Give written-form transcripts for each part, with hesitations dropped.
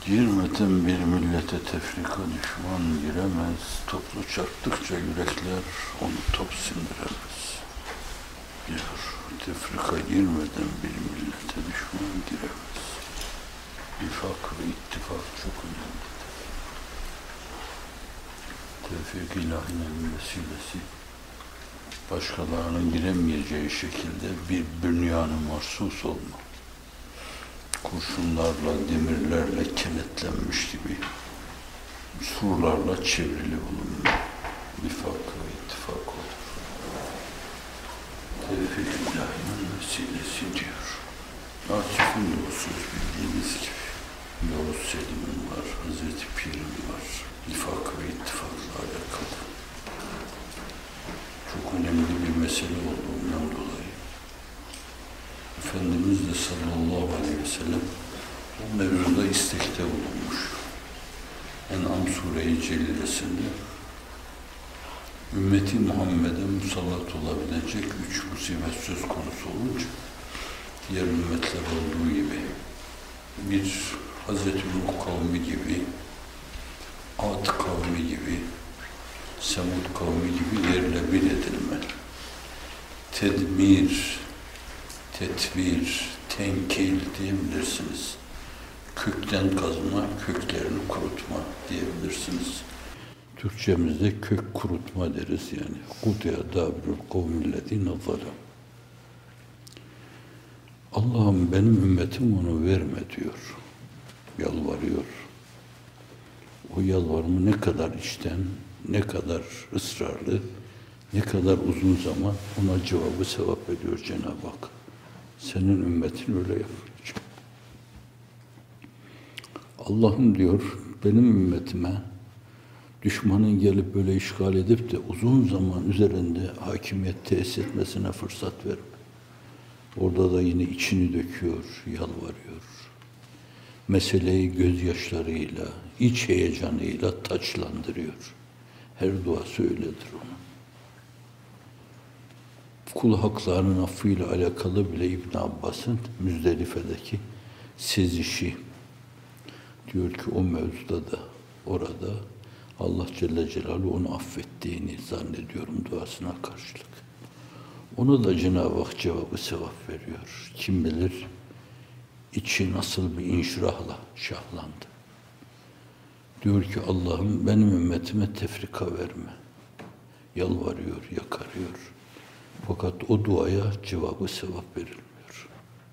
Girmeden bir millete tefrika düşman giremez, toplu çarptıkça yürekler onu top sindiremez. Diyor, tefrika girmeden bir millete düşman giremez. İfak ve ittifak çok önemlidir. Tevfik ilahinin vesilesi, başkalarının giremeyeceği şekilde bir bünyanı mahsus olma. Kurşunlarla, demirlerle kenetlenmiş gibi surlarla çevrili bulunma. Nifak ve ittifak olur. Tevfik ilahinin vesilesi diyor. Akif'in de o söz bildiğiniz gibi. Yavuz Selim'in var, Hazreti Pir'in var. Nifak ve ittifakla alakalı. Çok önemli bir mesele olduğundan dolayı. Efendimiz de sallallahu aleyhi ve sellem bu mevzuda istekte bulunmuş. En'am Sure-i Celilesinde ümmeti Muhammed'e musallat olabilecek 3 musibet söz konusu olunca diğer ümmetler olduğu gibi bir Hazreti Nuh kavmi gibi, Ad kavmi gibi, Semud kavmi gibi yerle bir edilme, tedmir, tetvir, tenkil diyebilirsiniz. Kökten kazma, köklerini kurutma diyebilirsiniz. Türkçemizde kök kurutma deriz yani. Kudiya dabirul kavmillezine zalim. Allah'ım benim ümmetim onu verme diyor. Yalvarıyor. O yalvarımı ne kadar içten, ne kadar ısrarlı, ne kadar uzun zaman ona cevabı sevap ediyor Cenab-ı Hak. Senin ümmetin öyle yapacak. Allah'ım diyor, benim ümmetime düşmanın gelip böyle işgal edip de uzun zaman üzerinde hakimiyet tesis etmesine fırsat verme. Orada da yine içini döküyor, yalvarıyor. Meseleyi gözyaşlarıyla, iç heyecanıyla taçlandırıyor. Her duası öyledir onun. Kul haklarının affıyla alakalı bile İbn Abbas'ın Müzdelife'deki sezişi diyor ki o mevzuda da orada Allah Celle Celaluhu onu affettiğini zannediyorum duasına karşılık. Ona da Cenab-ı Hak cevabı sevap veriyor. Kim bilir içi nasıl bir inşirahla şahlandı. Diyor ki Allah'ım benim ümmetime tefrika verme. Yalvarıyor, yakarıyor. Fakat o duaya cevabı sevap verilmiyor.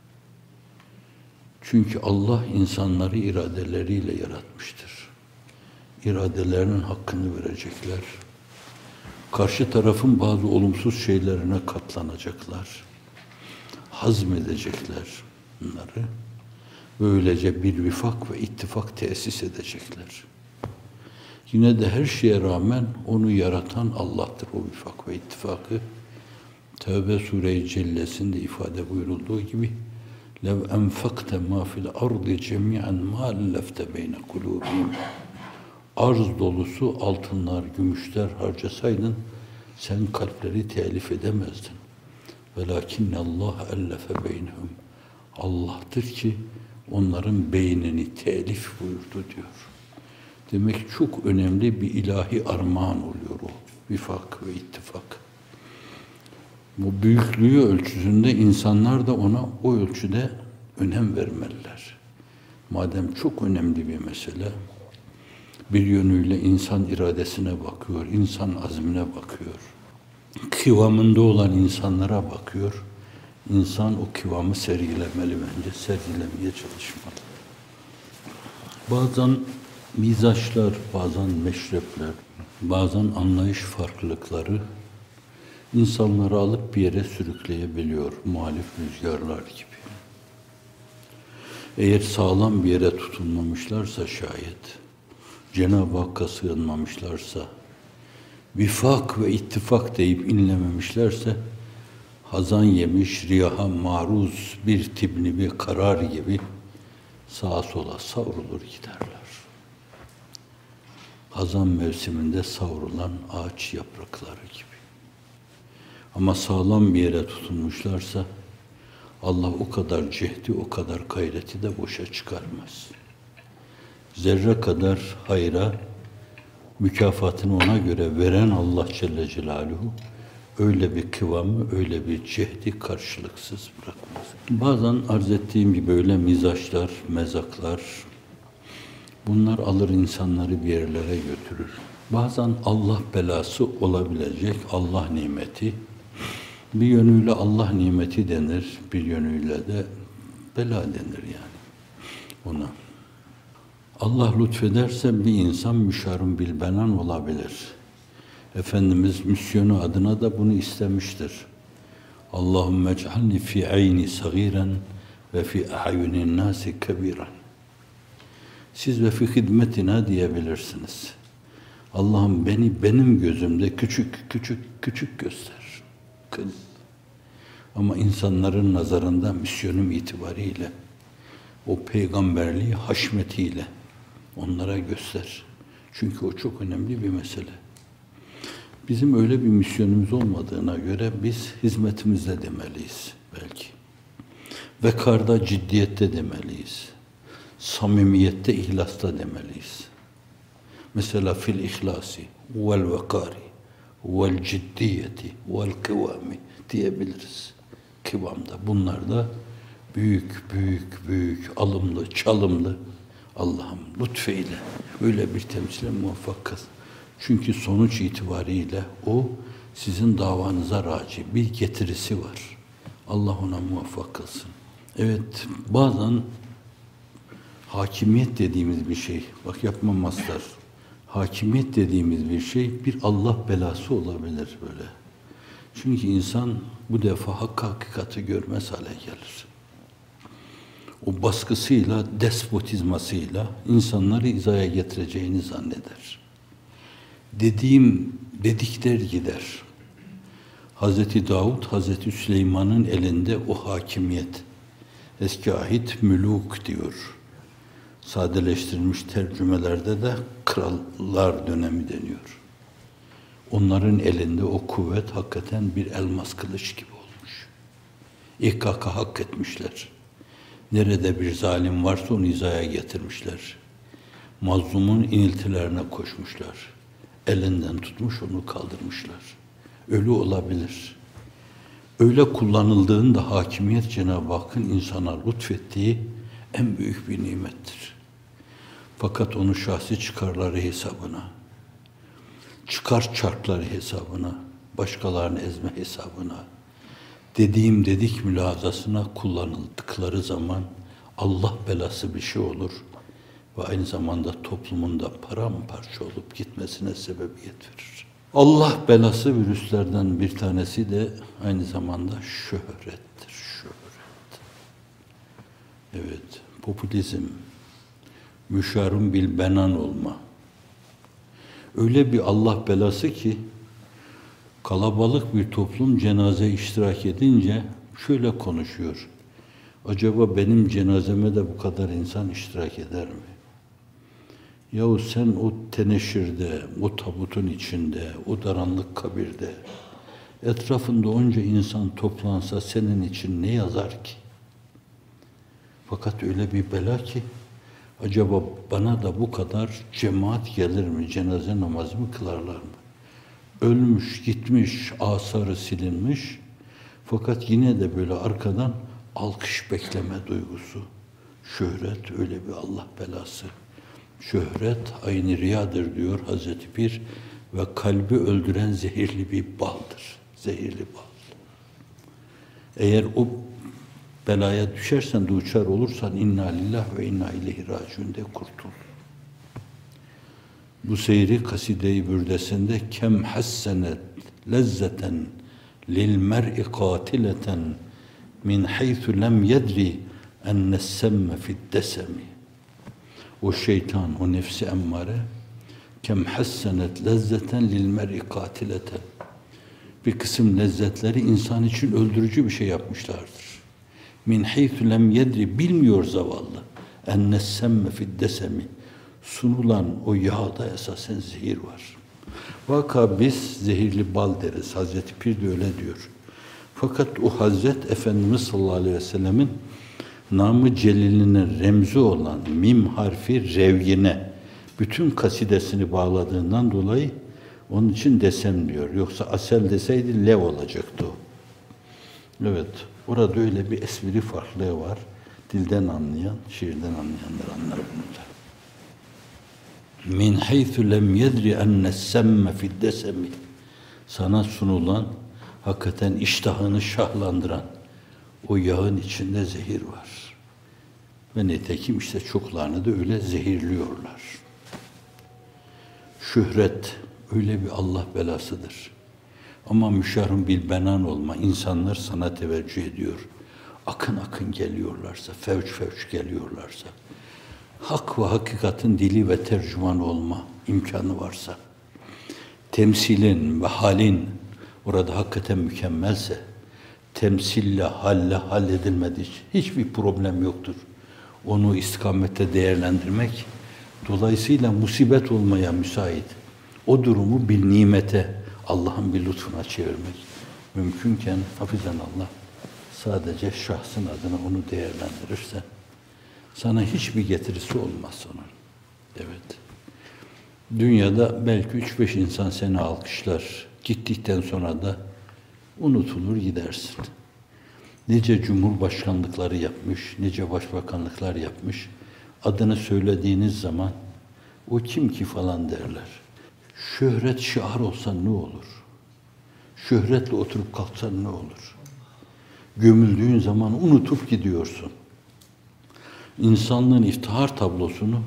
Çünkü Allah insanları iradeleriyle yaratmıştır. İradelerinin hakkını verecekler. Karşı tarafın bazı olumsuz şeylerine katlanacaklar. Hazmedecekler bunları. Böylece bir vifak ve ittifak tesis edecekler. Yine de her şeye rağmen onu yaratan Allah'tır o vifak ve ittifakı. Tevbe Sure-i Cellesi'nde ifade buyurulduğu gibi لَوْ اَنْفَقْتَ مَا فِي الْاَرْضِ جَمِيعًا مَا اَلَّفْتَ بَيْنَ قُلُوبِهِمْ Arz dolusu altınlar, gümüşler harcasaydın sen kalpleri telif edemezdin. وَلَاكِنَّ اللّٰهَ اَلَّفَ بَيْنَهُمْ Allah'tır ki onların beynini telif buyurdu diyor. Demek çok önemli bir ilahi armağan oluyor o. Vifak ve ittifak. Bu büyüklüğü ölçüsünde insanlar da ona o ölçüde önem vermeliler. Madem çok önemli bir mesele, bir yönüyle insan iradesine bakıyor, insan azmine bakıyor. Kıvamında olan insanlara bakıyor. İnsan o kıvamı sergilemeli bence, sergilemeye çalışmalı. Bazen mizaçlar, bazen meşrepler, bazen anlayış farklılıkları insanları alıp bir yere sürükleyebiliyor, muhalif rüzgarlar gibi. Eğer sağlam bir yere tutunmamışlarsa şayet, Cenab-ı Hakk'a sığınmamışlarsa, vifak ve ittifak deyip inlememişlerse, hazan yemiş, riyaha maruz bir tibni bir karar gibi sağa sola savrulur giderler. Hazan mevsiminde savrulan ağaç yaprakları gibi. Ama sağlam bir yere tutunmuşlarsa Allah o kadar cehdi, o kadar gayreti de boşa çıkarmaz. zerre kadar hayra mükafatını ona göre veren Allah Celle Celaluhu öyle bir kıvamı, öyle bir cehdi karşılıksız bırakmaz. Bazen arz ettiğim gibi öyle mizaçlar, mezaklar, bunlar alır insanları bir yerlere götürür. Bazen Allah belası olabilecek Allah nimeti, bir yönüyle Allah nimeti denir, bir yönüyle de bela denir yani ona. Allah lütfederse bir insan müşarun bil benan olabilir. Efendimiz misyonu adına da bunu istemiştir. Allahümme ec'alni fi ayni sagiren ve fi a'yunin nasi kebiren. Siz ve fi hidmetina diyebilirsiniz. Allah'ım beni benim gözümde küçük göster. Kıl. Ama insanların nazarında misyonum itibariyle, o peygamberliği haşmetiyle onlara göster. Çünkü o çok önemli bir mesele. Bizim öyle bir misyonumuz olmadığına göre biz hizmetimizde demeliyiz belki. Vekarda, ciddiyette demeliyiz. Samimiyette, ihlasta demeliyiz. Mesela fil ihlasi vel vekari vel ciddiyeti vel kıvami diyebiliriz. Kıvamda. Bunlar da büyük, alımlı, çalımlı Allah'ım lütfeyle öyle bir temsile muvaffak kıl. Çünkü sonuç itibariyle o sizin davanıza raci bir getirisi var. Allah ona muvaffak kılsın. Evet, bazen hakimiyet dediğimiz bir şey, bak yapma mastar, hakimiyet dediğimiz bir şey bir Allah belası olabilir böyle. Çünkü insan bu defa hakikati görmez hale gelir. O baskısıyla, despotizmasıyla insanları hizaya getireceğini zanneder. Dedikler gider. Hazreti Davud, Hazreti Süleyman'ın elinde o hakimiyet. Eski ahit müluk diyor. Sadeleştirilmiş tercümelerde de krallar dönemi deniyor. Onların elinde o kuvvet hakikaten bir elmas kılıç gibi olmuş. İhkaka hak etmişler. Nerede bir zalim varsa onu hizaya getirmişler. Mazlumun iniltilerine koşmuşlar. Elinden tutmuş onu kaldırmışlar. Ölü olabilir. Öyle kullanıldığında hakimiyet Cenab-ı Hakk'ın insana lütfettiği en büyük bir nimettir. Fakat onu şahsi çıkarları hesabına, çıkar çarkları hesabına, başkalarını ezme hesabına, dedik mülahazasına kullanıldıkları zaman Allah belası bir şey olur ve aynı zamanda toplumun da paramparça olup gitmesine sebebiyet verir. Allah belası virüslerden bir tanesi de aynı zamanda şöhrettir. Şöhret. Evet, popülizm, müşarun bil benan olma. Öyle bir Allah belası ki kalabalık bir toplum cenaze iştirak edince şöyle konuşuyor. Acaba benim cenazeme de bu kadar insan iştirak eder mi? Yahu sen o teneşirde, o tabutun içinde, o daranlık kabirde, etrafında onca insan toplansa senin için ne yazar ki? Fakat öyle bir bela ki, acaba bana da bu kadar cemaat gelir mi, cenaze namazımı kılarlar mı? Ölmüş, gitmiş, asarı silinmiş, fakat yine de böyle arkadan alkış bekleme duygusu. Şöhret öyle bir Allah belası. Şöhret aynı riyadır diyor Hazreti Pir ve kalbi öldüren zehirli bir baldır. Zehirli bal. Eğer o belaya düşersen, duçar olursan inna lillah ve inna ileyhi raciun de kurtul. Bu seyri kaside-i bürdesinde kem hassenet lezzeten lil mer'i katileten min haythu lem yedri ennessemme fi'd-desemi. O şeytan, o nefsi emmare kem hassenet lezzeten lil mer'i katileten. Bir kısım lezzetleri insan için öldürücü bir şey yapmışlardır. Min haythu lem yedri, bilmiyor zavallı. Ennessemme fi'd-desemi. Sunulan o yağda esasen zehir var. Vaka biz zehirli bal deriz. Hazreti Pir de öyle diyor. Fakat o Hazret Efendimiz sallallahu aleyhi ve sellemin Namı celilinin remzi olan mim harfi revgine bütün kasidesini bağladığından dolayı onun için desem diyor. Yoksa asel deseydi lev olacaktı o. Evet, orada öyle bir espri farklılığı var. Dilden anlayan, şiirden anlayanlar anlar bunu da. Min haythu lem yedri enne's-semme fi'd-desemi. Sana sunulan, hakikaten iştahını şahlandıran o yağın içinde zehir var. Ve nitekim işte çoklarını da öyle zehirliyorlar. Şöhret öyle bir Allah belasıdır. Ama müşahın bil benan olma, insanlar sana teveccüh ediyor. Akın akın geliyorlarsa, fevç fevç geliyorlarsa, hak ve hakikatin dili ve tercümanı olma imkanı varsa, temsilin ve halin orada hakikaten mükemmelse, temsille, halle halledilmediği hiçbir problem yoktur. Onu istikamette değerlendirmek, dolayısıyla musibet olmaya müsait. O durumu bir nimete, Allah'ın bir lütfuna çevirmek mümkünken hafizan Allah sadece şahsın adına onu değerlendirirsen sana hiçbir getirisi olmaz onun. Evet. Dünyada belki 3-5 insan seni alkışlar. Gittikten sonra da unutulur gidersin. Nice cumhurbaşkanlıkları yapmış, nice başbakanlıklar yapmış. Adını söylediğiniz zaman o kim ki falan derler. Şöhret şiar olsa ne olur? Şöhretle oturup kalksan ne olur? Gömüldüğün zaman unutup gidiyorsun. İnsanlığın iftihar tablosunu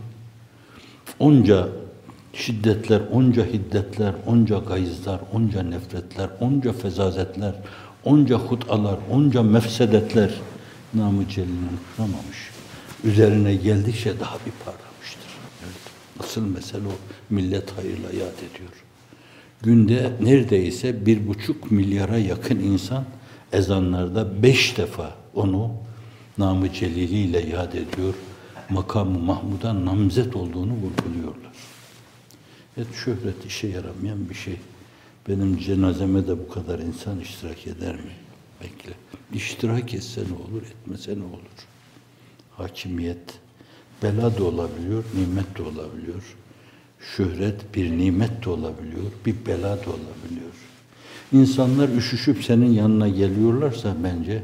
onca şiddetler, onca hiddetler, onca gayızlar, onca nefretler, onca fezazetler, onca hutalar, onca mefsedetler namı celilini kuramamış. Üzerine geldikçe daha bir parlamıştır. Evet. Asıl mesele o. Millet hayırla yad ediyor. Günde neredeyse 1,5 milyara yakın insan ezanlarda 5 defa onu namı celiliyle yad ediyor. Makamı Mahmud'a namzet olduğunu vurguluyorlar. Evet, şöhret işe yaramayan bir şey. Benim cenazeme de bu kadar insan iştirak eder mi? Bekle. İştirak etse ne olur, etmese ne olur? Hakimiyet, bela da olabiliyor, nimet de olabiliyor. Şöhret bir nimet de olabiliyor, bir bela da olabiliyor. İnsanlar üşüşüp senin yanına geliyorlarsa bence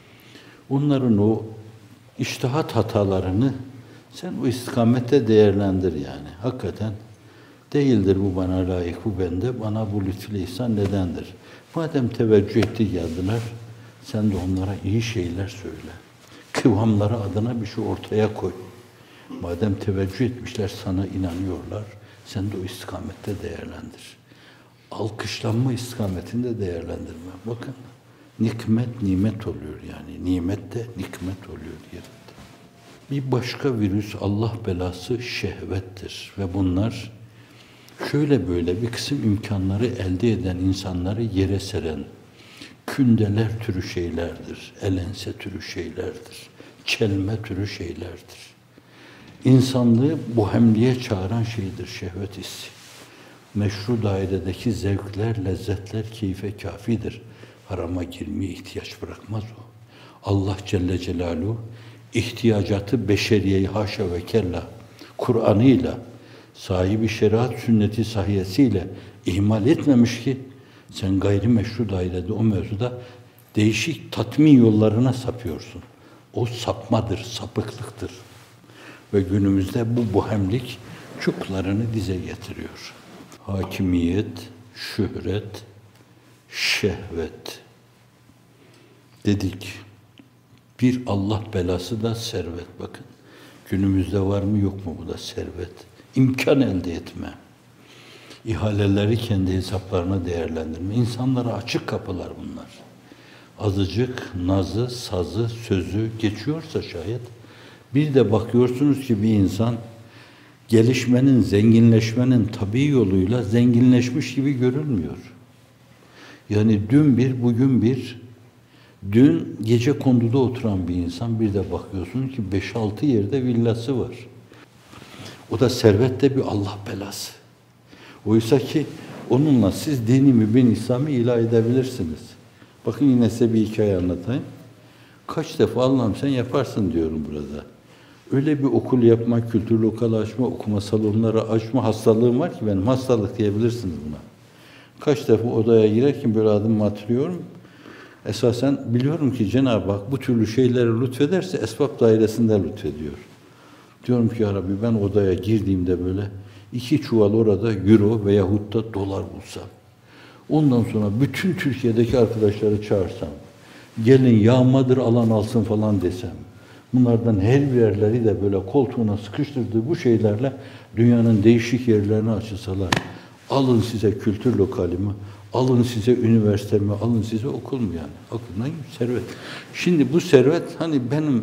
onların o içtihat hatalarını sen o istikamette değerlendir yani. Hakikaten değildir bu bana layık, bu bende, bana bu lütfü ihsan nedendir? Madem teveccüh etti geldiler, sen de onlara iyi şeyler söyle. Kıvamları adına bir şey ortaya koy. Madem teveccüh etmişler, sana inanıyorlar, sen de o istikamette değerlendir. Alkışlanma istikametinde değerlendirme. Bakın, nikmet nimet oluyor yani. Nimet de nikmet oluyor yerinde. Bir başka virüs, Allah belası şehvettir. Ve bunlar şöyle böyle bir kısım imkanları elde eden insanları yere seren kündeler türü şeylerdir. Elense türü şeylerdir. Çelme türü şeylerdir. İnsanlığı bohemliğe çağıran şeydir şehvet hissi. Meşru dairedeki zevkler, lezzetler keyfe kafidir. Harama girmeye ihtiyaç bırakmaz o. Allah Celle Celaluhu ihtiyacatı beşeriyeyi haşa ve kella Kur'an'ıyla, sahibi şeriat sünneti sahiyesiyle ihmal etmemiş ki sen gayrimeşru dairede o mevzuda değişik tatmin yollarına sapıyorsun. O sapmadır, sapıklıktır. Ve günümüzde bu bohemlik çoklarını dize getiriyor. Hakimiyet, şöhret, şehvet dedik. Bir Allah belası da servet. Bakın günümüzde var mı yok mu bu da servet. İmkan elde etme. İhaleleri kendi hesaplarına değerlendirme. İnsanlara açık kapılar bunlar. Azıcık nazı, sazı, sözü geçiyorsa şayet bir de bakıyorsunuz ki bir insan gelişmenin, zenginleşmenin tabii yoluyla zenginleşmiş gibi görünmüyor. Yani dün bir, bugün bir, dün gecekonduda oturan bir insan bir de bakıyorsunuz ki 5-6 yerde villası var. O da servette bir Allah belası. Oysa ki onunla siz dini mübin İslam'ı ilah edebilirsiniz. Bakın yine size bir hikaye anlatayım. Kaç defa Allah'ım sen yaparsın diyorum burada. Öyle bir okul yapma, kültür lokalı açma, okuma salonları açma hastalığım var ki benim. Hastalık diyebilirsiniz buna. Kaç defa odaya girerken böyle adımımı atlıyorum. Esasen biliyorum ki Cenab-ı Hak bu türlü şeyleri lütfederse esbab dairesinde lütfediyor. Diyorum ki ya Rabbi ben odaya girdiğimde böyle 2 çuval orada euro veyahut da dolar bulsam. Ondan sonra bütün Türkiye'deki arkadaşları çağırsam. Gelin yağmadır alan alsın falan desem. Bunlardan her birerleri de böyle koltuğuna sıkıştırdığı bu şeylerle dünyanın değişik yerlerine açılsalar. Alın size kültür lokalimi, alın size üniversitemi, alın size okul mu yani? Aklına servet. Şimdi bu servet hani benim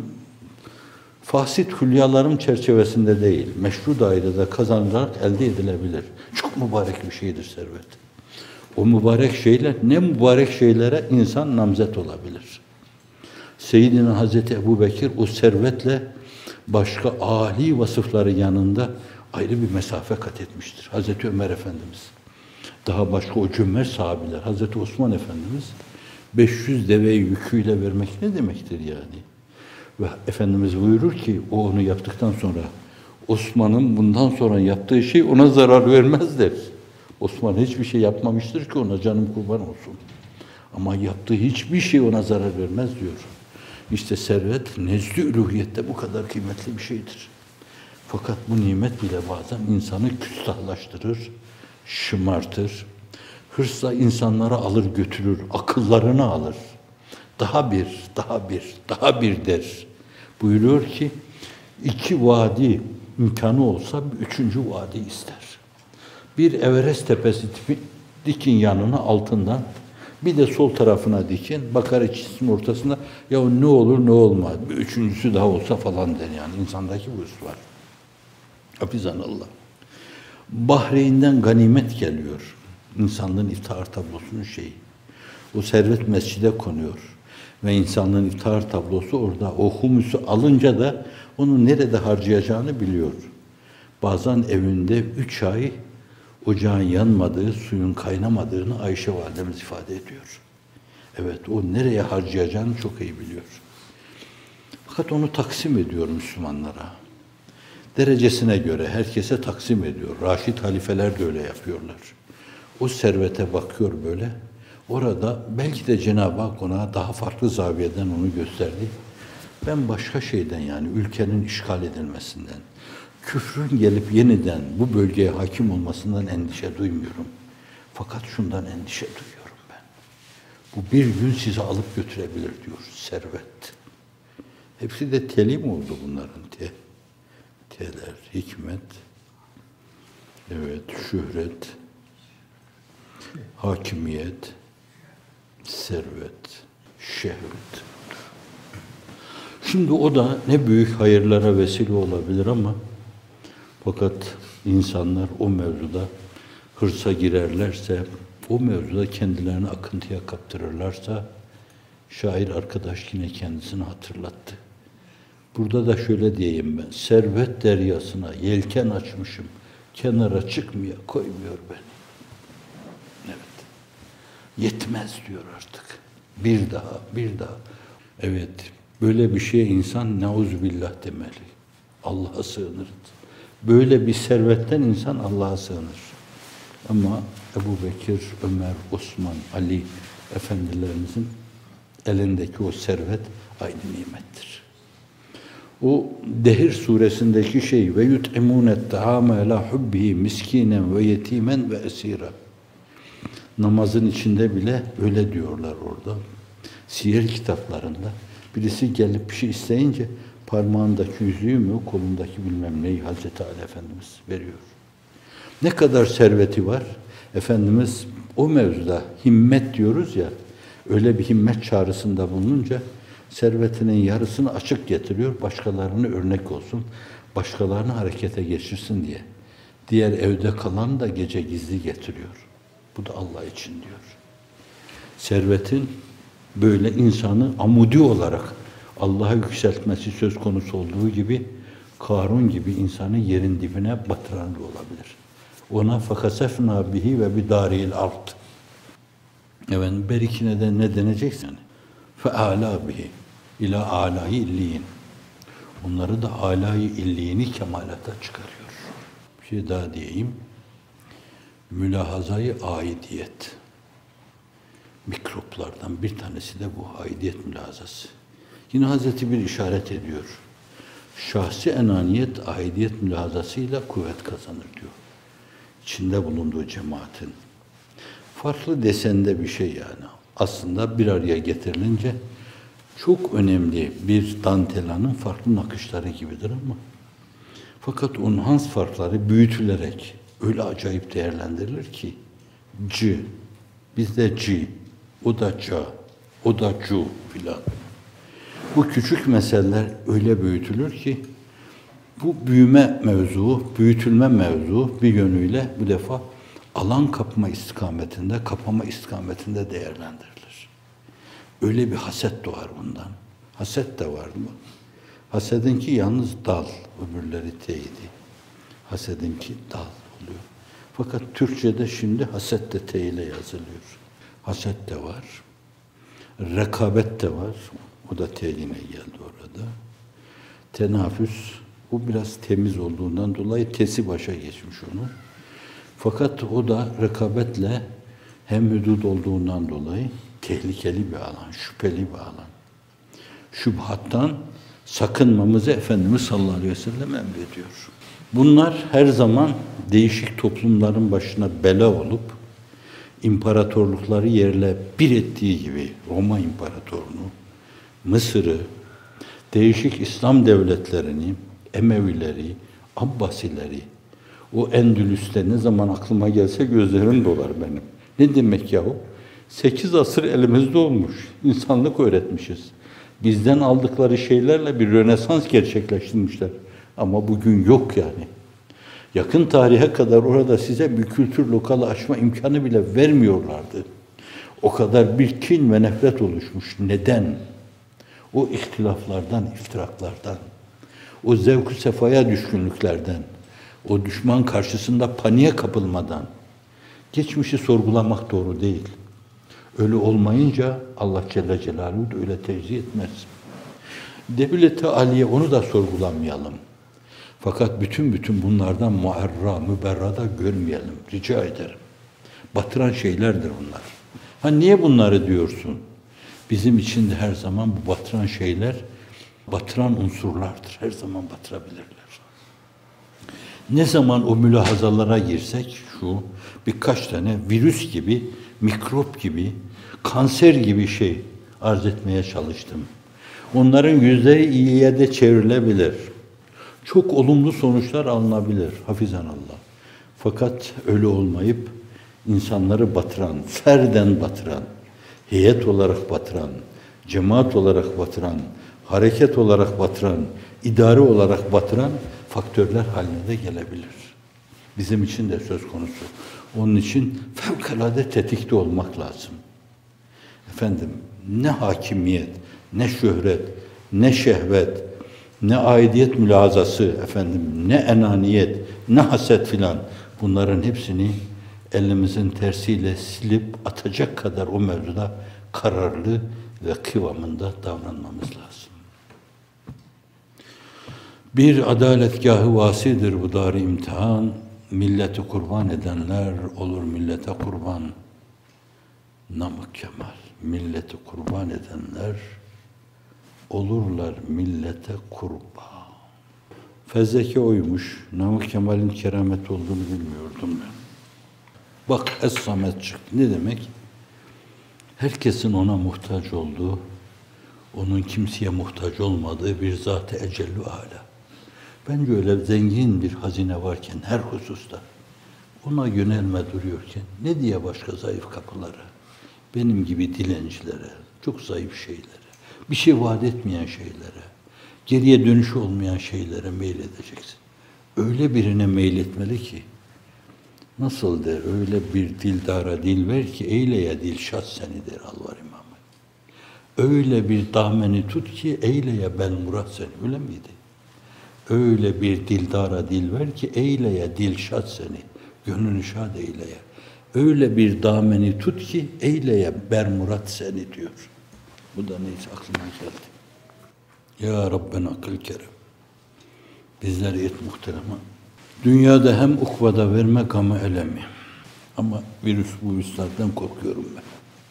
fasit hülyalarım çerçevesinde değil, meşru dairede kazanarak elde edilebilir. Çok mübarek bir şeydir servet. O mübarek şeyler, ne mübarek şeylere insan namzet olabilir. Seyyidina Hazreti Ebubekir o servetle başka âli vasıfları yanında ayrı bir mesafe kat etmiştir. Hazreti Ömer Efendimiz, daha başka o cömert sahabiler, Hazreti Osman Efendimiz 500 deveyi yüküyle vermek ne demektir yani? Ve Efendimiz buyurur ki o onu yaptıktan sonra Osman'ın bundan sonra yaptığı şey ona zarar vermez der. Osman hiçbir şey yapmamıştır ki ona canım kurban olsun. Ama yaptığı hiçbir şey ona zarar vermez diyor. İşte servet nezd-i üluhiyette bu kadar kıymetli bir şeydir. Fakat bu nimet bile bazen insanı küstahlaştırır, şımartır. Hırsla insanları alır götürür, akıllarını alır. Daha bir der. Buyuruyor ki 2 vadi imkanı olsa bir 3. vadi ister. Bir Everest tepesi dikin yanına altından, bir de sol tarafına dikin, bakar ikisinin ortasında ya ne olur ne olmaz, bir 3.'sü daha olsa falan der yani. İnsandaki bu hırs var. Hafizanallah. Bahreyn'den ganimet geliyor. İnsanlığın iftihar tablosunun şeyi. O servet mescide konuyor. Ve insanlığın iftihar tablosu orada. O humusu alınca da onu nerede harcayacağını biliyor. Bazen evinde 3 ay ocağın yanmadığı, suyun kaynamadığını Ayşe validemiz ifade ediyor. Evet, o nereye harcayacağını çok iyi biliyor. Fakat onu taksim ediyor Müslümanlara. Derecesine göre herkese taksim ediyor. Raşid halifeler de öyle yapıyorlar. O servete bakıyor böyle. Orada belki de Cenab-ı Hak ona daha farklı zaviyeden onu gösterdi. Ben başka şeyden yani ülkenin işgal edilmesinden, küfrün gelip yeniden bu bölgeye hakim olmasından endişe duymuyorum. Fakat şundan endişe duyuyorum ben. Bu bir gün sizi alıp götürebilir diyor servet. Hepsi de telim oldu bunların. Teler, hikmet, evet, şöhret, hakimiyet, servet, şehvet. Şimdi o da ne büyük hayırlara vesile olabilir ama fakat insanlar o mevzuda hırsa girerlerse, o mevzuda kendilerini akıntıya kaptırırlarsa, şair arkadaş yine kendisini hatırlattı. Burada da şöyle diyeyim ben, servet deryasına yelken açmışım, kenara çıkmaya koymuyor beni. Evet, yetmez diyor artık. Bir daha. Evet, böyle bir şeye insan neuzubillah demeli. Allah'a sığınır. Böyle bir servetten insan Allah'a sığınır. Ama Ebubekir, Ömer, Osman, Ali efendilerimizin elindeki o servet aynı nimettir. O Dehir suresindeki şey ve yut'imûnet ta'âme elâ hubbihi miskinen ve yetimen ve esîra. Namazın içinde bile öyle diyorlar orada. Siyer kitaplarında birisi gelip bir şey isteyince parmağındaki yüzüğü mü, kolundaki bilmem neyi Hazreti Ali Efendimiz veriyor. Ne kadar serveti var? Efendimiz o mevzuda himmet diyoruz ya, öyle bir himmet çağrısında bulununca servetinin yarısını açık getiriyor, başkalarını örnek olsun, başkalarını harekete geçirsin diye. Diğer evde kalan da gece gizli getiriyor. Bu da Allah için diyor. Servetin böyle insanı amudi olarak Allah'a yükseltmesi söz konusu olduğu gibi Karun gibi insanı yerin dibine batıran da olabilir. Ona fakasefna bihi ve bidaril ard. Evet, berikine de ne denecekse yani. Feala bihi. İlâ âlâ-i illiyin. Onları da âlâ-i illiyini kemalata çıkarıyor. Bir şey daha diyeyim. Mülahazayı aidiyet. Mikroplardan bir tanesi de bu aidiyet mülahazası. Yine Hazreti bir işaret ediyor. Şahsi enaniyet aidiyet mülahazasıyla kuvvet kazanır diyor. İçinde bulunduğu cemaatin. Farklı desende bir şey yani. Aslında bir araya getirilince çok önemli bir dantelanın farklı nakışları gibidir ama fakat onun hans farkları büyütülerek öyle acayip değerlendirilir ki C, bizde C, o da ca, o da cu filan. Bu küçük meseleler öyle büyütülür ki bu büyüme mevzu, büyütülme mevzu bir yönüyle bu defa alan kapma istikametinde, kapama istikametinde değerlendirilir. Öyle bir haset doğar bundan. Haset de var mı? Hasedinki yalnız dal, öbürleri teydi. Hasedinki dal oluyor. Fakat Türkçe'de şimdi haset de te ile yazılıyor. Haset de var. Rekabet de var. O da te ile geldi orada. Tenafüs, o biraz temiz olduğundan dolayı tesi başa geçmiş onu. Fakat o da rekabetle hem hudud olduğundan dolayı tehlikeli bir alan, şüpheli bir alan. Şüphattan sakınmamızı Efendimiz sallallahu aleyhi ve sellem emrediyor. Bunlar her zaman değişik toplumların başına bela olup imparatorlukları yerle bir ettiği gibi Roma İmparatorluğu, Mısır'ı, değişik İslam devletlerini, Emevileri, Abbasileri, o Endülüs'te ne zaman aklıma gelse gözlerim dolar benim. Ne demek yahu? 8 asır elimizde olmuş. İnsanlık öğretmişiz. Bizden aldıkları şeylerle bir Rönesans gerçekleştirmişler. Ama bugün yok yani. Yakın tarihe kadar orada size bir kültür lokalı açma imkanı bile vermiyorlardı. O kadar bir kin ve nefret oluşmuş. Neden? O ihtilaflardan, iftiraklardan, o zevk-ü sefaya düşkünlüklerden, o düşman karşısında paniğe kapılmadan. Geçmişi sorgulamak doğru değil. Öyle olmayınca Allah Celle Celaluhu da öyle tevzi etmez. Devlet-i Aliye onu da sorgulamayalım. Fakat bütün bunlardan muarra, müberrada görmeyelim. Rica ederim. Batıran şeylerdir bunlar. Ha niye bunları diyorsun? Bizim için de her zaman bu batıran şeyler, batıran unsurlardır. Her zaman batırabilirler. Ne zaman o mülahazalara girsek, şu birkaç tane virüs gibi, mikrop gibi, kanser gibi şey arz etmeye çalıştım. Onların yüzleri iyiye de çevrilebilir. Çok olumlu sonuçlar alınabilir, hafizanallah. Fakat öyle olmayıp insanları batıran, ferden batıran, heyet olarak batıran, cemaat olarak batıran, hareket olarak batıran, idare olarak batıran faktörler haline de gelebilir. Bizim için de söz konusu. Onun için fevkalade tetikte olmak lazım. Efendim, ne hakimiyet, ne şöhret, ne şehvet, ne aidiyet mülazası, efendim, ne enaniyet, ne haset filan, bunların hepsini elimizin tersiyle silip atacak kadar o mevzuda kararlı ve kıvamında davranmamız lazım. Bir adaletgâh-ı vasidir bu dar-ı imtihan, milleti kurban edenler olur millete kurban. Namık Kemal, milleti kurban edenler olurlar millete kurban. Fezleke oymuş, Namık Kemal'in keramet olduğunu bilmiyordum ben. Bak Es-Samet çıktı. Ne demek? Herkesin ona muhtaç olduğu, onun kimseye muhtaç olmadığı bir zat-ı ecellü âlâ. Bence öyle zengin bir hazine varken her hususta, ona yönelme duruyorken, ne diye başka zayıf kapılara, benim gibi dilencilere, çok zayıf şeylere, bir şey vaat etmeyen şeylere, geriye dönüşü olmayan şeylere meyledeceksin. Öyle birine meyletmeli ki, nasıl der, öyle bir dildara dil ver ki, eyleye dilşat seni der Alvar İmamı. Öyle bir dameni tut ki, eyleye ben murat seni, öyle miydi? Öyle bir dildara dil ver ki, eyleye dilşat seni, gönlünü şad eyleye. Öyle bir dameni tut ki, eyleye bermurat seni diyor. Bu da neyse aklıma geldi. Ya Rabbena akıl kerem. Bizleri et muhterema. Dünyada hem ukvada verme gamı elemi. Ama bu virüslerden korkuyorum ben.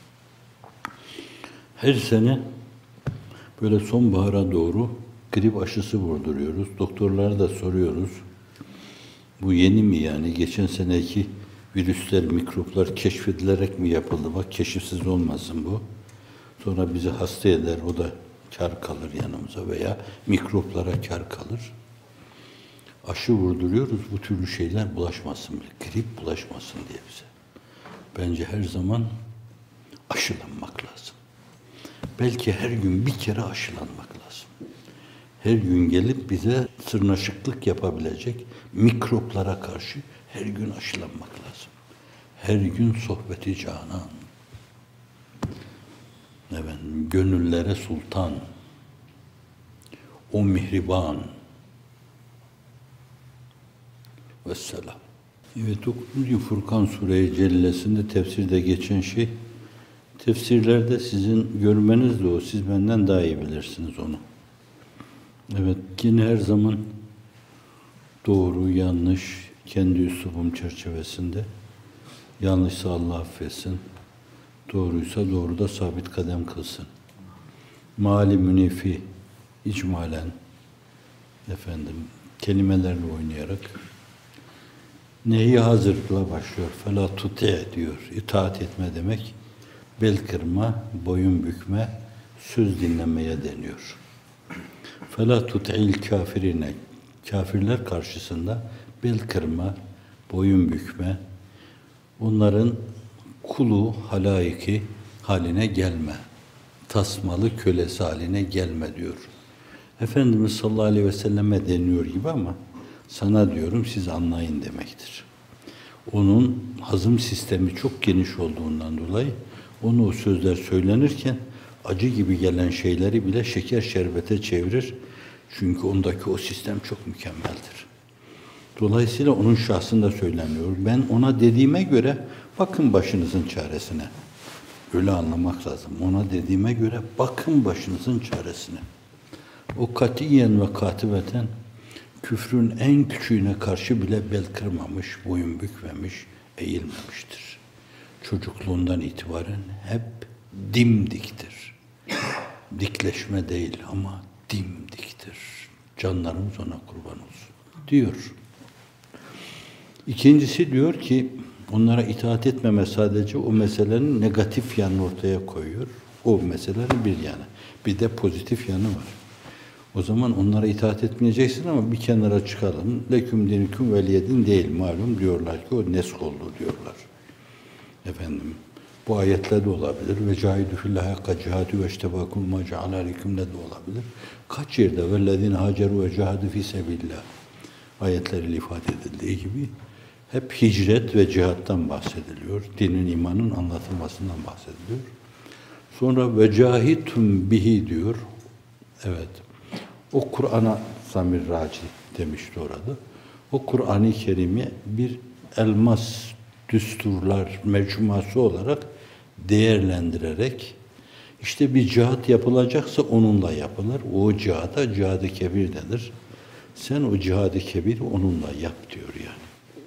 Her sene böyle sonbahara doğru grip aşısı vurduruyoruz. Doktorlara da soruyoruz. Bu yeni mi yani? Geçen seneki virüsler, mikroplar keşfedilerek mi yapıldı? Bak keşifsiz olmasın bu. Sonra bizi hasta eder, o da kar kalır yanımıza veya mikroplara kar kalır. Aşı vurduruyoruz, bu türlü şeyler bulaşmasın, grip bulaşmasın diye bize. Bence her zaman aşılanmak lazım. Belki her gün bir kere aşılanmak lazım. Her gün gelip bize sırnaşıklık yapabilecek mikroplara karşı her gün aşılanmak lazım. Her gün sohbeti canan. Efendim, gönüllere sultan. O mihriban. Vesselam. Evet, 9. Furkan Sure-i Cellesi'nde tefsirde geçen şey, tefsirlerde sizin görmeniz de o, siz benden daha iyi bilirsiniz onu. Evet, yine her zaman doğru, yanlış, kendi üslubum çerçevesinde, yanlışsa Allah affetsin, doğruysa doğruda sabit kadem kılsın. Mali münefi, icmalen, efendim, kelimelerle oynayarak, nehi hazırlıkla başlıyor. Fela tuti diyor. İtaat etme demek. Bel kırma, boyun bükme, söz dinlemeye deniyor. Fela tuti'il kafirine. Kafirler karşısında bel kırma, boyun bükme, onların kulu halayiki haline gelme. Tasmalı kölesi haline gelme diyor. Efendimiz sallallahu aleyhi ve selleme deniyor gibi ama sana diyorum siz anlayın demektir. Onun hazım sistemi çok geniş olduğundan dolayı onu o sözler söylenirken acı gibi gelen şeyleri bile şeker şerbete çevirir. Çünkü ondaki o sistem çok mükemmeldir. Dolayısıyla onun şahsında söyleniyor. Ben ona dediğime göre bakın başınızın çaresine. Öyle anlamak lazım. Ona dediğime göre bakın başınızın çaresine. O katiyen ve katibeten küfrün en küçüğüne karşı bile bel kırmamış, boyun bükmemiş, eğilmemiştir. Çocukluğundan itibaren hep dimdiktir. Dikleşme değil ama dimdiktir. Canlarımız ona kurban olsun diyor. İkincisi diyor ki onlara itaat etmeme sadece o meselenin negatif yanını ortaya koyuyor. O meselenin bir yanı. Bir de pozitif yanı var. O zaman onlara itaat etmeyeceksin ama bir kenara çıkalım. Leküm dinüküm veliyedin değil malum diyorlar ki o nesk oldu diyorlar. Efendim bu ayetle de olabilir. Ve cahidu fillahi hakka cihadu ve iştebakum ma ceala aleyküm de olabilir. Kaç yerde vellezine haceru ve cahadu fi sebillah ayetleriyle ifade edildiği gibi hep hicret ve cihattan bahsediliyor. Dinin, imanın anlatılmasından bahsediliyor. Sonra ve cahitum bihi diyor. Evet. O Kur'an'a zamir raci demişti orada. O Kur'an-ı Kerim'i bir elmas düsturlar mecmuası olarak değerlendirerek işte bir cihat yapılacaksa onunla yapılır. O cihada cihad-ı kebir denir. Sen o cihad-ı kebir onunla yap diyor yani.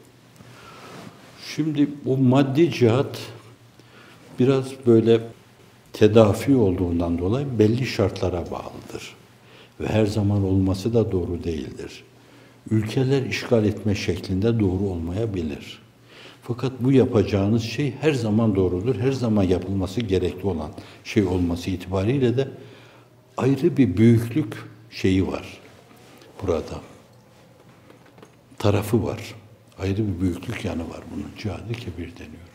Şimdi o maddi cihat biraz böyle tedafi olduğundan dolayı belli şartlara bağlıdır. Ve her zaman olması da doğru değildir. Ülkeler işgal etme şeklinde doğru olmayabilir. Fakat bu yapacağınız şey her zaman doğrudur. Her zaman yapılması gerekli olan şey olması itibariyle de ayrı bir büyüklük şeyi var burada. Tarafı var. Ayrı bir büyüklük yanı var bunun. Cihad-ı kebir deniyor.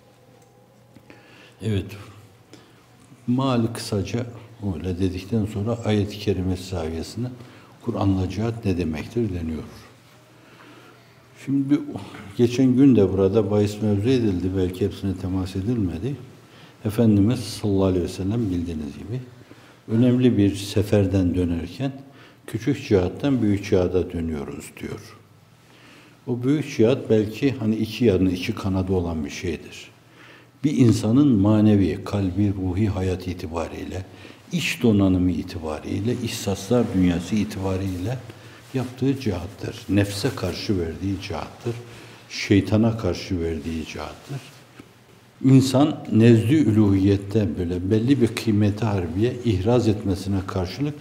Evet. Mali kısaca öyle dedikten sonra ayet-i kerime sayesinde Kur'an'la cihat ne demektir deniyor. Şimdi geçen gün de burada bahis mevzu edildi. Belki hepsine temas edilmedi. Efendimiz sallallahu aleyhi ve sellem bildiğiniz gibi önemli bir seferden dönerken küçük cihattan büyük cihada dönüyoruz diyor. O büyük cihat belki hani iki yanı, iki kanadı olan bir şeydir. Bir insanın manevi, kalbi, ruhi hayat itibariyle iç donanımı itibariyle, ihsaslar dünyası itibariyle yaptığı cihattır. Nefse karşı verdiği cihattır. Şeytana karşı verdiği cihattır. İnsan nezd-i üluhiyette böyle belli bir kıymeti harbiye ihraz etmesine karşılık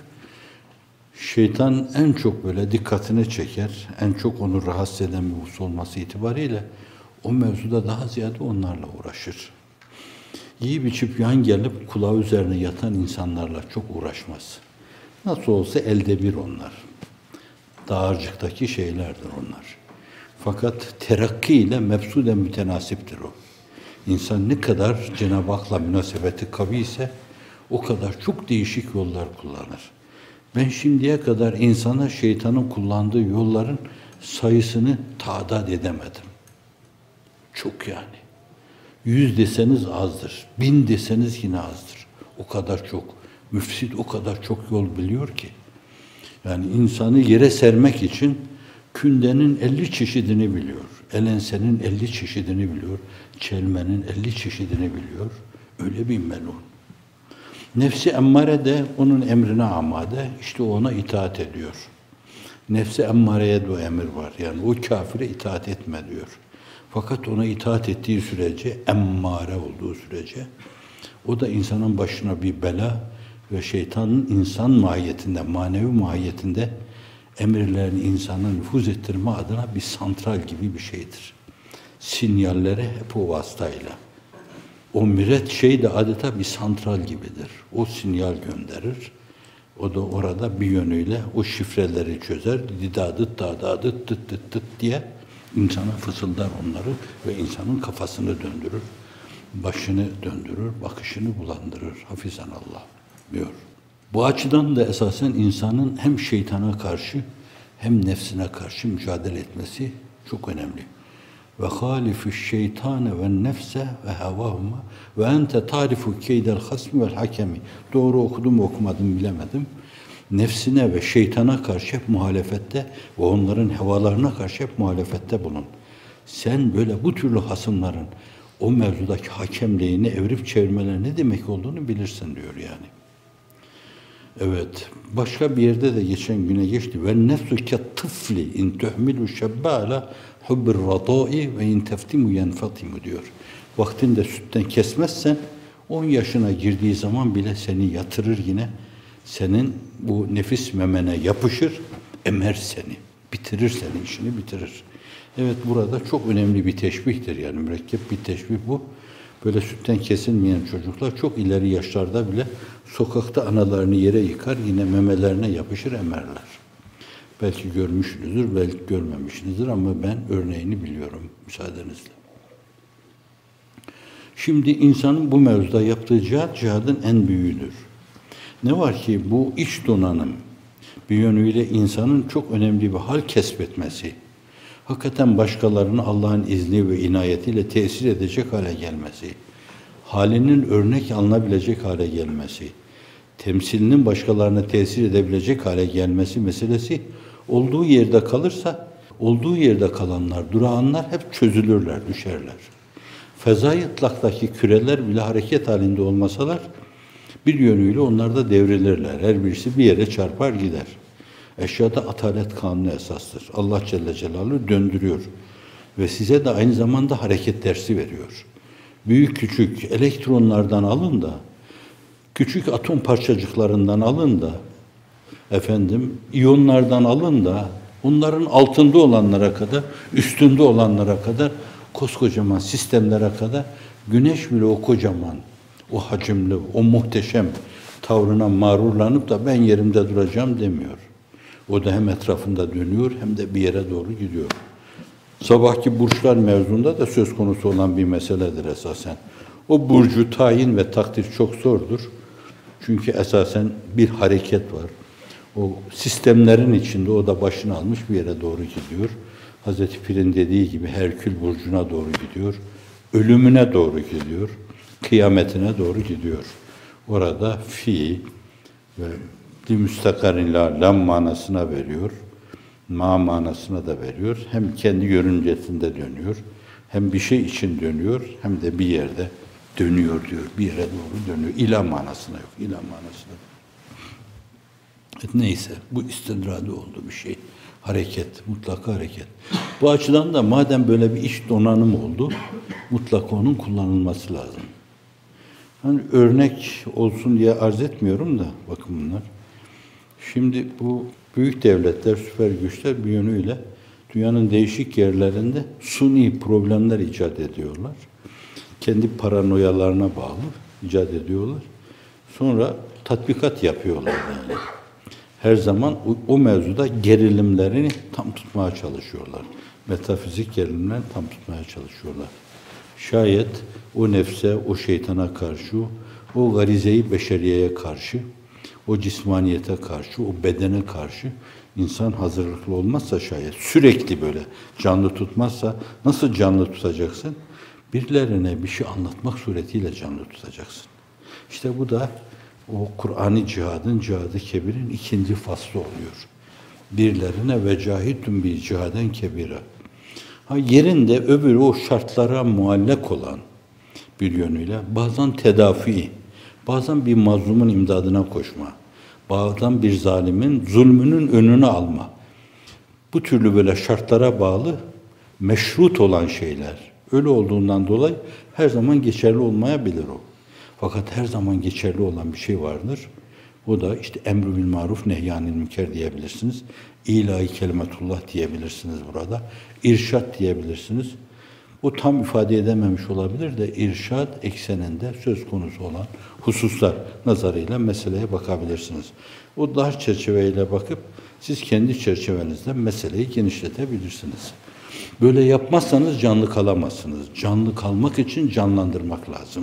şeytan en çok böyle dikkatini çeker, en çok onu rahatsız eden bir husus olması itibariyle o mevzuda daha ziyade onlarla uğraşır. Yiyip içip yan gelip kulağı üzerine yatan insanlarla çok uğraşmaz. Nasıl olsa elde bir onlar. Dağarcıktaki şeylerdir onlar. Fakat terakki ile mebsuden mütenasiptir o. İnsan ne kadar Cenab-ı Hak'la münasebeti kavi ise o kadar çok değişik yollar kullanır. Ben şimdiye kadar insana şeytanın kullandığı yolların sayısını tadat edemedim. Çok yani. 100 deseniz azdır. 1000 deseniz yine azdır. O kadar çok. Müfsit o kadar çok yol biliyor ki. Yani insanı yere sermek için kündenin 50 çeşidini biliyor. Elensenin 50 çeşidini biliyor. Çelmenin 50 çeşidini biliyor. Öyle bir melun. Nefsi emmare de onun emrine amade. İşte ona itaat ediyor. Nefsi emmareye de o emir var. Yani o kafire itaat etme diyor. Fakat ona itaat ettiği sürece, emmare olduğu sürece o da insanın başına bir bela ve şeytanın insan mahiyetinde, manevi mahiyetinde emirlerini insana nüfuz ettirme adına bir santral gibi bir şeydir. Sinyalleri hep o vasıtayla. O müret şey de adeta bir santral gibidir. O sinyal gönderir. O da orada bir yönüyle o şifreleri çözer. Didadıt, dadadıt, tıt tıt tıt diye insana fısıldar onları ve insanın kafasını döndürür. Başını döndürür, bakışını bulandırır. Hafizanallah diyor. Bu açıdan da esasen insanın hem şeytana karşı hem nefsine karşı mücadele etmesi çok önemli. Ve halifiş şeytane ve nefse ve havahuma ve ente tarifu keydel hasmi vel hakemi. Doğru okudum mu okumadım bilemedim. Nefsine ve şeytana karşı hep muhalefette ve onların hevalarına karşı hep muhalefette bulun. Sen böyle bu türlü hasımların o mevzudaki hakemliğini evrip çevirmeler ne demek olduğunu bilirsin diyor yani. Evet. Başka bir yerde de geçen güne geçti. Ve nefsu ket-tıfli in tuhmilu şebbâla hubbir radâ'i ve in teftimu yenfatimu diyor. Vaktinde sütten kesmezsen 10 yaşına girdiği zaman bile seni yatırır yine. Senin bu nefis memene yapışır, emer seni. Bitirir seni, işini bitirir. Evet, burada çok önemli bir teşbihtir yani mürekkep bir teşbih bu. Böyle sütten kesilmeyen çocuklar çok ileri yaşlarda bile sokakta analarını yere yıkar, yine memelerine yapışır, emerler. Belki görmüşsünüzdür, belki görmemişsinizdir ama ben örneğini biliyorum müsaadenizle. Şimdi insanın bu mevzuda yaptığı cihadın en büyüğüdür. Ne var ki bu iç donanım bir yönüyle insanın çok önemli bir hal kesbetmesi, hakikaten başkalarını Allah'ın izni ve inayetiyle tesir edecek hale gelmesi, halinin örnek alınabilecek hale gelmesi, temsilinin başkalarına tesir edebilecek hale gelmesi meselesi olduğu yerde kalırsa, olduğu yerde kalanlar, durağanlar hep çözülürler, düşerler. Fezai ıtlaktaki küreler bile hareket halinde olmasalar, bir yönüyle onlar da devrilirler. Her birisi bir yere çarpar gider. Eşyada atalet kanunu esastır. Allah Celle Celaluhu döndürüyor. Ve size de aynı zamanda hareket dersi veriyor. Büyük küçük elektronlardan alın da, küçük atom parçacıklarından alın da, iyonlardan alın da, onların altında olanlara kadar, üstünde olanlara kadar, koskocaman sistemlere kadar, güneş bile o kocaman, o hacimli, o muhteşem tavrına mağrurlanıp da ben yerimde duracağım demiyor. O da hem etrafında dönüyor hem de bir yere doğru gidiyor. Sabahki burçlar mevzunda da söz konusu olan bir meseledir esasen. O burcu tayin ve takdir çok zordur. Çünkü esasen bir hareket var. O sistemlerin içinde o da başını almış bir yere doğru gidiyor. Hazreti Pir'in dediği gibi Herkül burcuna doğru gidiyor. Ölümüne doğru gidiyor. Kıyametine doğru gidiyor. Orada fi ve müstakarin lam manasına veriyor. Ma manasına da veriyor. Hem kendi görüncesinde dönüyor. Hem bir şey için dönüyor. Hem de bir yerde dönüyor diyor. Bir yere doğru dönüyor. İlah manasına yok. İlah manasına. Neyse, bu istidradi oldu bir şey. Hareket, mutlaka hareket. Bu açıdan da madem böyle bir iç donanım oldu, mutlaka onun kullanılması lazım. Hani örnek olsun diye arz etmiyorum da, bakın bunlar. Şimdi bu büyük devletler, süper güçler bir yönüyle dünyanın değişik yerlerinde suni problemler icat ediyorlar. Kendi paranoyalarına bağlı icat ediyorlar. Sonra tatbikat yapıyorlar yani. Her zaman o mevzuda gerilimlerini tam tutmaya çalışıyorlar. Metafizik gerilimlerini tam tutmaya çalışıyorlar. Şayet o nefse, o şeytana karşı, o garize-i beşeriyeye karşı, o cismaniyete karşı, o bedene karşı insan hazırlıklı olmazsa şayet, sürekli böyle canlı tutmazsa, nasıl canlı tutacaksın? Birilerine bir şey anlatmak suretiyle canlı tutacaksın. İşte bu da o Kur'an-ı cihadın, cihadı kebirin ikinci faslı oluyor. Birilerine ve cahitun bi cihaden kebira. Ha yerinde öbürü o şartlara muallak olan bir yönüyle bazen tedafi, bazen bir mazlumun imdadına koşma, bazen bir zalimin zulmünün önünü alma. Bu türlü böyle şartlara bağlı meşrut olan şeyler öyle olduğundan dolayı her zaman geçerli olmayabilir o. Fakat her zaman geçerli olan bir şey vardır. O da işte emr-ü bil maruf nehyanil münker diyebilirsiniz. İlahi kelimetullah diyebilirsiniz burada. İrşad diyebilirsiniz. O tam ifade edememiş olabilir de irşad ekseninde söz konusu olan hususlar nazarıyla meseleye bakabilirsiniz. O dar çerçeveyle bakıp siz kendi çerçevenizde meseleyi genişletebilirsiniz. Böyle yapmazsanız canlı kalamazsınız. Canlı kalmak için canlandırmak lazım.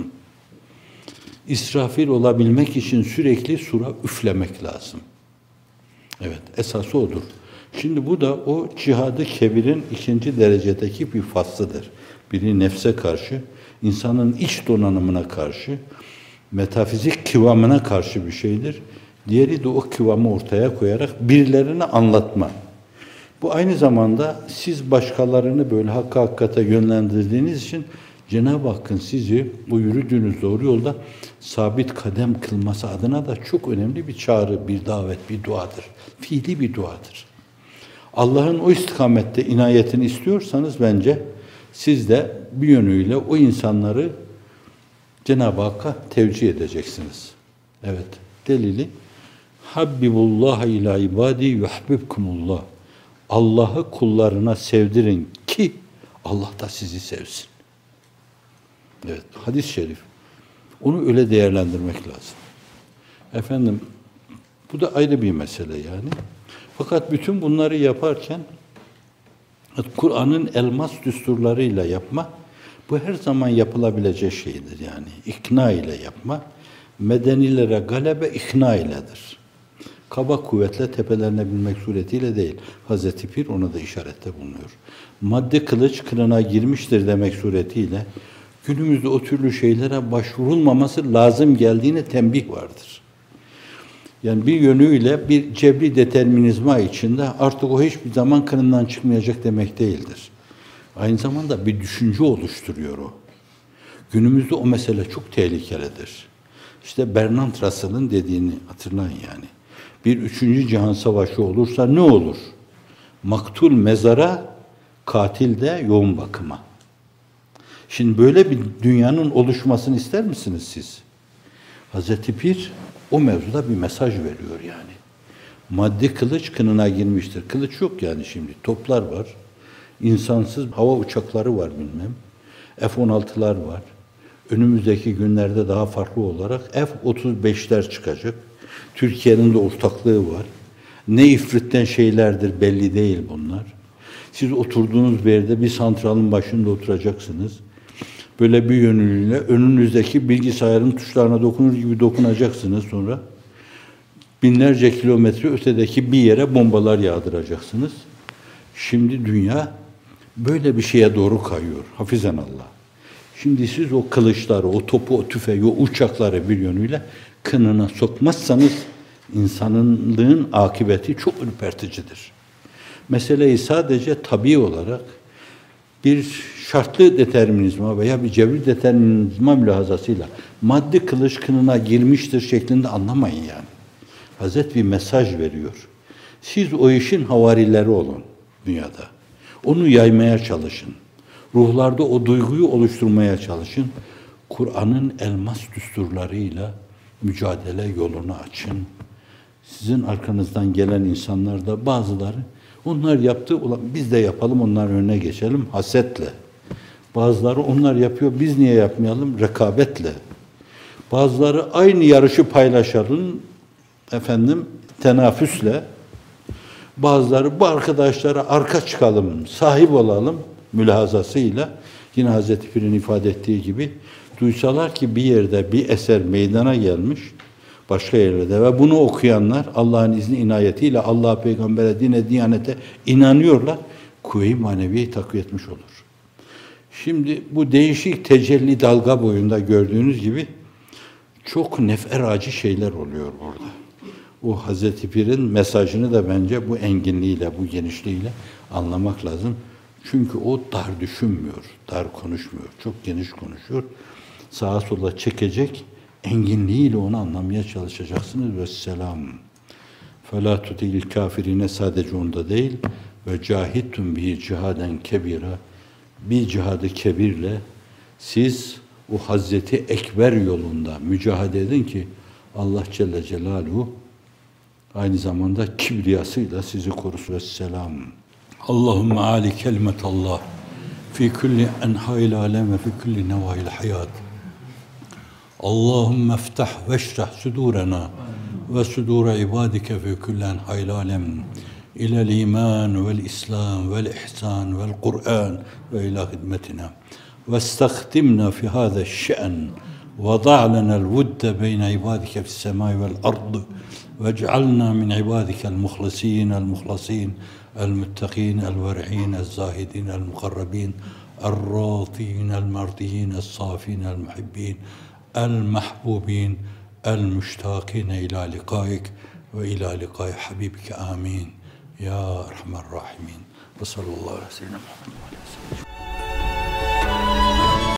İsrafil olabilmek için sürekli sura üflemek lazım. Evet, esası odur. Şimdi bu da o cihadı kebirin ikinci derecedeki bir faslıdır. Biri nefse karşı, insanın iç donanımına karşı, metafizik kıvamına karşı bir şeydir. Diğeri de o kıvamı ortaya koyarak birilerine anlatma. Bu aynı zamanda siz başkalarını böyle hakikate yönlendirdiğiniz için Cenab-ı Hakk'ın sizi bu yürüdüğünüz doğru yolda sabit kadem kılması adına da çok önemli bir çağrı, bir davet, bir duadır. Fiili bir duadır. Allah'ın o istikamette inayetini istiyorsanız bence siz de bir yönüyle o insanları Cenab-ı Hakk'a tevcih edeceksiniz. Evet, delili Habbibullah ila ibadi yuhbibkumullah. Allah'ı kullarına sevdirin ki Allah da sizi sevsin. Evet, hadis-i şerif. Onu öyle değerlendirmek lazım. Efendim, bu da ayrı bir mesele yani. Fakat bütün bunları yaparken Kur'an'ın elmas düsturlarıyla yapma, bu her zaman yapılabilecek şeydir yani. İkna ile yapma, medenilere galebe ikna iledir. Kaba kuvvetle tepelerine binmek suretiyle değil. Hazreti Pir ona da işarette bulunuyor. Madde kılıç kınına girmiştir demek suretiyle günümüzde o türlü şeylere başvurulmaması lazım geldiğine tembih vardır. Yani bir yönüyle bir cebri determinizma içinde artık o hiçbir zaman kınından çıkmayacak demek değildir. Aynı zamanda bir düşünce oluşturuyor o. Günümüzde o mesele çok tehlikelidir. İşte Bertrand Russell'ın dediğini hatırlayın yani. Bir 3. Cihan Savaşı olursa ne olur? Maktul mezara, katil de yoğun bakıma. Şimdi böyle bir dünyanın oluşmasını ister misiniz siz? Hazreti Pir o mevzuda bir mesaj veriyor yani. Maddi kılıç kınına girmiştir. Kılıç yok yani şimdi. Toplar var. İnsansız hava uçakları var bilmem. F-16'lar var. Önümüzdeki günlerde daha farklı olarak F-35'ler çıkacak. Türkiye'nin de ortaklığı var. Ne ifritten şeylerdir belli değil bunlar. Siz oturduğunuz bir yerde bir santralın başında oturacaksınız. Böyle bir yönüyle önünüzdeki bilgisayarın tuşlarına dokunur gibi dokunacaksınız sonra. Binlerce kilometre ötedeki bir yere bombalar yağdıracaksınız. Şimdi dünya böyle bir şeye doğru kayıyor. Hafizan Allah. Şimdi siz o kılıçları, o topu, o tüfeği, o uçakları bir yönüyle kınına sokmazsanız insanlığın akıbeti çok ürperticidir. Meseleyi sadece tabii olarak bir şartlı determinizma veya bir cebri determinizma mülahazasıyla maddi kılıç kınına girmiştir şeklinde anlamayın yani. Hazret bir mesaj veriyor. Siz o işin havarileri olun dünyada. Onu yaymaya çalışın. Ruhlarda o duyguyu oluşturmaya çalışın. Kur'an'ın elmas düsturlarıyla mücadele yolunu açın. Sizin arkanızdan gelen insanlar da bazıları onlar yaptı, ulan biz de yapalım, onların önüne geçelim hasetle. Bazıları onlar yapıyor, biz niye yapmayalım rekabetle. Bazıları aynı yarışı paylaşalım tenafüsle. Bazıları bu arkadaşlara arka çıkalım, sahip olalım mülahazasıyla. Yine Hazreti Pir'in ifade ettiği gibi duysalar ki bir yerde bir eser meydana gelmiş, başka yerlerde ve bunu okuyanlar Allah'ın izni inayetiyle Allah'a, peygambere, dine, diyanete inanıyorlar. Kuvve-i maneviyeyi takviye etmiş olur. Şimdi bu değişik tecelli dalga boyunda gördüğünüz gibi çok neferacı şeyler oluyor burada. O Hazreti Pir'in mesajını da bence bu enginliğiyle, bu genişliğiyle anlamak lazım. Çünkü o dar düşünmüyor, dar konuşmuyor, çok geniş konuşuyor. Sağa sola çekecek, enginliğiyle onu anlamaya çalışacaksınız. Vesselam. فَلَا تُتِلِ kafirine sadece onda değil. Ve cahittum bihi cihaden kebira. Bir cihadı kebirle siz o Hazreti Ekber yolunda mücadele edin ki Allah Celle Celaluhu aynı zamanda kibriyasıyla sizi korusun. Vesselam. Allahümme âli kelimetallah fi kulli enhâil alem ve fi kulli nevâil hayat. Allahümme iftah ve şrah sudûrena ve sudûra ibâdike fi kulli enhâil alem ilel iman vel islam vel ihsan vel Kur'an ve ila hidmetina. واستخدمنا في هذا الشأن وضع لنا الود بين عبادك في السماء والأرض واجعلنا من عبادك المخلصين المتقين الورعين الزاهدين المقربين الراضين المرضيين الصافين المحبين المحبوبين المشتاقين إلى لقائك وإلى لقاء حبيبك آمين يا أرحم الراحمين وصلى الله على سيدنا محمد وعلى آله وسلم.